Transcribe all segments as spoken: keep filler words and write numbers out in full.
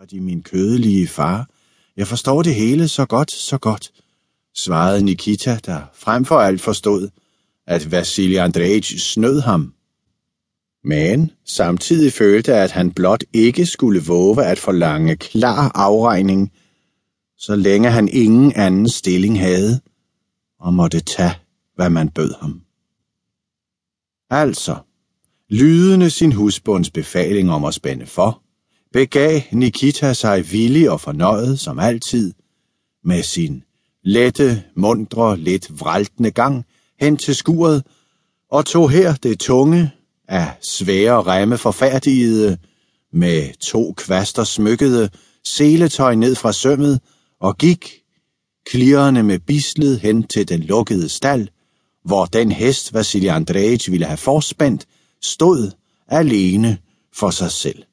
de min kødelige far. Jeg forstår det hele så godt, så godt, svarede Nikita, der frem for alt forstod, at Vasilij Andrejitj snød ham. Men samtidig følte, at han blot ikke skulle vove at forlange klar afregning, så længe han ingen anden stilling havde, og måtte tage, hvad man bød ham. Altså, lydende sin husbunds befaling om at spænde for, begav Nikita sig villig og fornøjet som altid, med sin lette, mundre, lidt vraltende gang hen til skuret, og tog her det tunge, af svære remme forfærdigede, med to kvaster smykkede, seletøj ned fra sømmet, og gik, klirrende med bislet hen til den lukkede stald, hvor den hest, Vasilij Andrejitj ville have forspændt, stod alene for sig selv.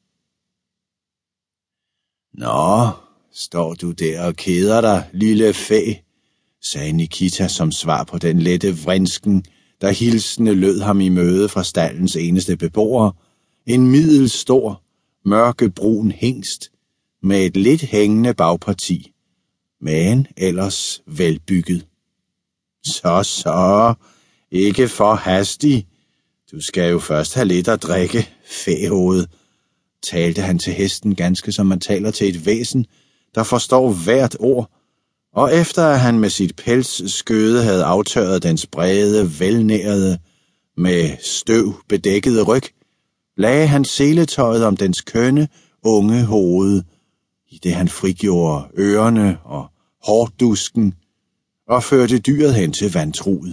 Nå, står du der og keder dig, lille fæ, sagde Nikita som svar på den lette vrinsken, der hilsende lød ham i møde fra staldens eneste beboer, en middelstor, mørkebrun hingst med et lidt hængende bagparti, men ellers velbygget. Så, så, ikke for hastig. Du skal jo først have lidt at drikke, fæhoved, talte han til hesten ganske som man taler til et væsen, der forstår hvert ord, og efter at han med sit pelsskøde havde aftørret dens brede, velnærede, med støv bedækkede ryg, lagde han seletøjet om dens kønne, unge hoved, i det han frigjorde ørerne og hårdusken, og førte dyret hen til vandtruet.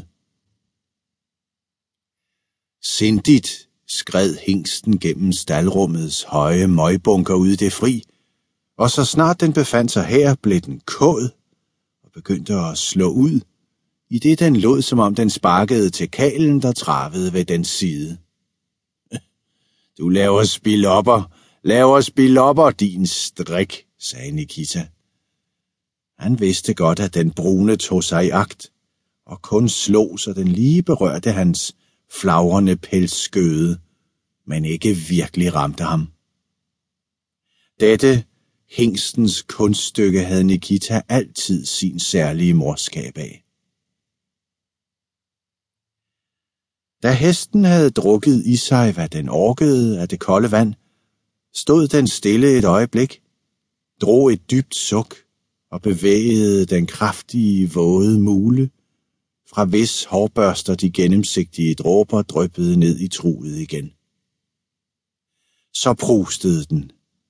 Sindigt skred hingsten gennem staldrummets høje møgbunker ud i det fri, og så snart den befandt sig her, blev den kåd og begyndte at slå ud, i det den lod, som om den sparkede til kalen, der travede ved dens side. Du laver spilopper, laver spilopper, din strik, sagde Nikita. Han vidste godt, at den brune tog sig i agt, og kun slog, så den lige berørte hans flagrende pelsskøde, men ikke virkelig ramte ham. Dette hingstens kunststykke havde Nikita altid sin særlige morskab af. Da hesten havde drukket i sig, hvad den orkede af det kolde vand, stod den stille et øjeblik, drog et dybt suk og bevægede den kraftige, våde mule, fra hvis hårbørster de gennemsigtige dråber dryppede ned i truet igen. Så prustede den.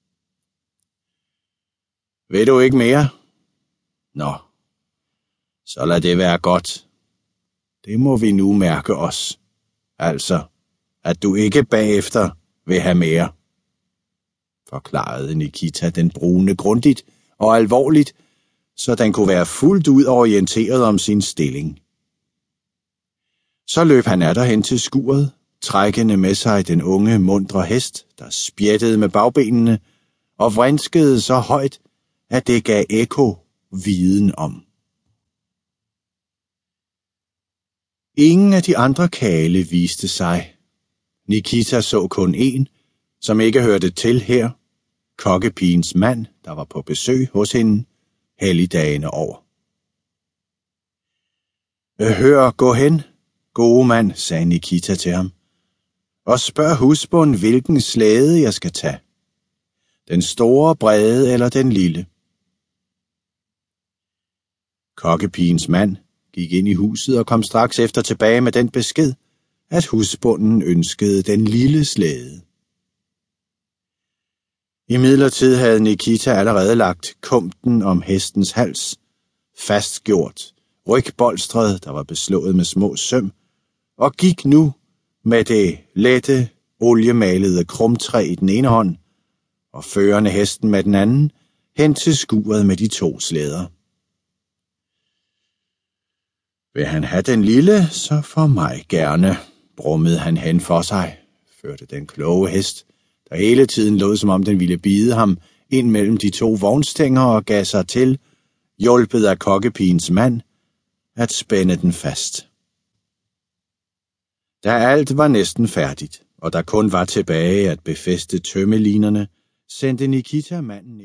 Vil du ikke mere? Nå, så lad det være godt. Det må vi nu mærke os. Altså, at du ikke bagefter vil have mere, forklarede Nikita den brune grundigt og alvorligt, så den kunne være fuldt ud orienteret om sin stilling. Så løb han atter hen til skuret, trækkende med sig den unge, mundre hest, der spjættede med bagbenene og vrinskede så højt, at det gav ekko viden om. Ingen af de andre kale viste sig. Nikita så kun en, som ikke hørte til her, kokkepigens mand, der var på besøg hos hende, helligdagene over. Hør, gå hen, gode mand, sagde Nikita til ham, og spørg husbond, hvilken slæde jeg skal tage. Den store, brede eller den lille? Kokkepigens mand gik ind i huset og kom straks efter tilbage med den besked, at husbonden ønskede den lille slæde. Imidlertid havde Nikita allerede lagt kumten om hestens hals, fastgjort rygbolstret, der var beslået med små søm, og gik nu med det lette, oliemalede krumtræ i den ene hånd, og førende hesten med den anden, hen til skuret med de to slæder. Vil han have den lille, så for mig gerne, brummede han hen for sig, førte den kloge hest, der hele tiden lod som om den ville bide ham, ind mellem de to vognstænger og gav sig til, hjulpet af kokkepigens mand, at spænde den fast. Da alt var næsten færdigt, og der kun var tilbage at befæste tømmelinerne, sendte Nikita manden